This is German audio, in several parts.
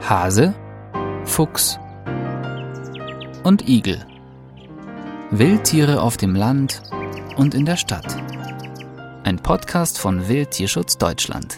Hase, Fuchs und Igel. Wildtiere auf dem Land und in der Stadt. Ein Podcast von Wildtierschutz Deutschland.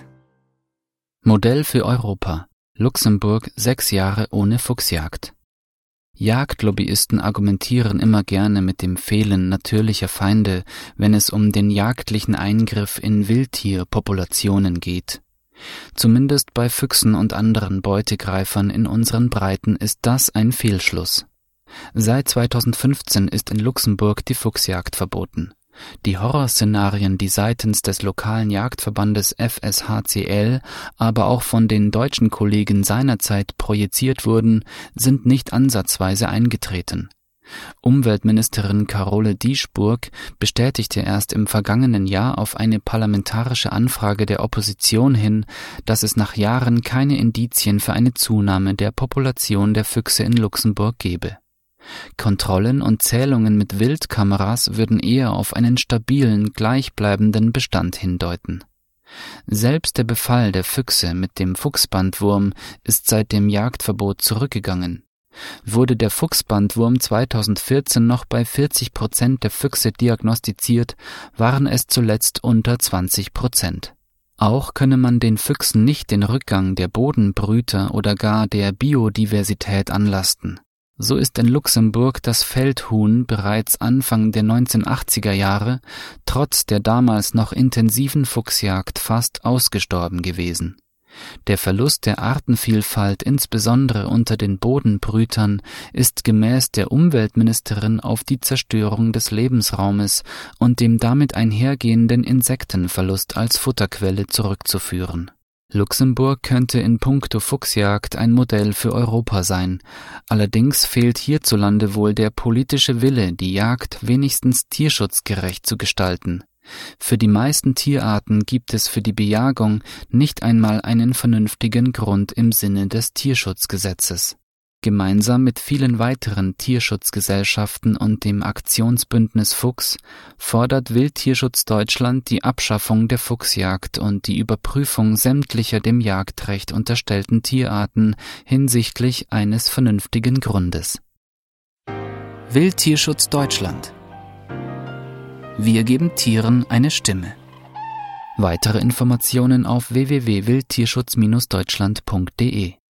Modell für Europa. Luxemburg 6 Jahre ohne Fuchsjagd. Jagdlobbyisten argumentieren immer gerne mit dem Fehlen natürlicher Feinde, wenn es um den jagdlichen Eingriff in Wildtierpopulationen geht. Zumindest bei Füchsen und anderen Beutegreifern in unseren Breiten ist das ein Fehlschluss. Seit 2015 ist in Luxemburg die Fuchsjagd verboten. Die Horrorszenarien, die seitens des lokalen Jagdverbandes FSHCL, aber auch von den deutschen Kollegen seinerzeit projiziert wurden, sind nicht ansatzweise eingetreten. Umweltministerin Carole Dieschbourg bestätigte erst im vergangenen Jahr auf eine parlamentarische Anfrage der Opposition hin, dass es nach Jahren keine Indizien für eine Zunahme der Population der Füchse in Luxemburg gebe. Kontrollen und Zählungen mit Wildkameras würden eher auf einen stabilen, gleichbleibenden Bestand hindeuten. Selbst der Befall der Füchse mit dem Fuchsbandwurm ist seit dem Jagdverbot zurückgegangen. Wurde der Fuchsbandwurm 2014 noch bei 40% der Füchse diagnostiziert, waren es zuletzt unter 20%. Auch könne man den Füchsen nicht den Rückgang der Bodenbrüter oder gar der Biodiversität anlasten. So ist in Luxemburg das Feldhuhn bereits Anfang der 1980er Jahre trotz der damals noch intensiven Fuchsjagd fast ausgestorben gewesen. Der Verlust der Artenvielfalt, insbesondere unter den Bodenbrütern, ist gemäß der Umweltministerin auf die Zerstörung des Lebensraumes und dem damit einhergehenden Insektenverlust als Futterquelle zurückzuführen. Luxemburg könnte in puncto Fuchsjagd ein Modell für Europa sein. Allerdings fehlt hierzulande wohl der politische Wille, die Jagd wenigstens tierschutzgerecht zu gestalten. Für die meisten Tierarten gibt es für die Bejagung nicht einmal einen vernünftigen Grund im Sinne des Tierschutzgesetzes. Gemeinsam mit vielen weiteren Tierschutzgesellschaften und dem Aktionsbündnis Fuchs fordert Wildtierschutz Deutschland die Abschaffung der Fuchsjagd und die Überprüfung sämtlicher dem Jagdrecht unterstellten Tierarten hinsichtlich eines vernünftigen Grundes. Wildtierschutz Deutschland. Wir geben Tieren eine Stimme. Weitere Informationen auf www.wildtierschutz-deutschland.de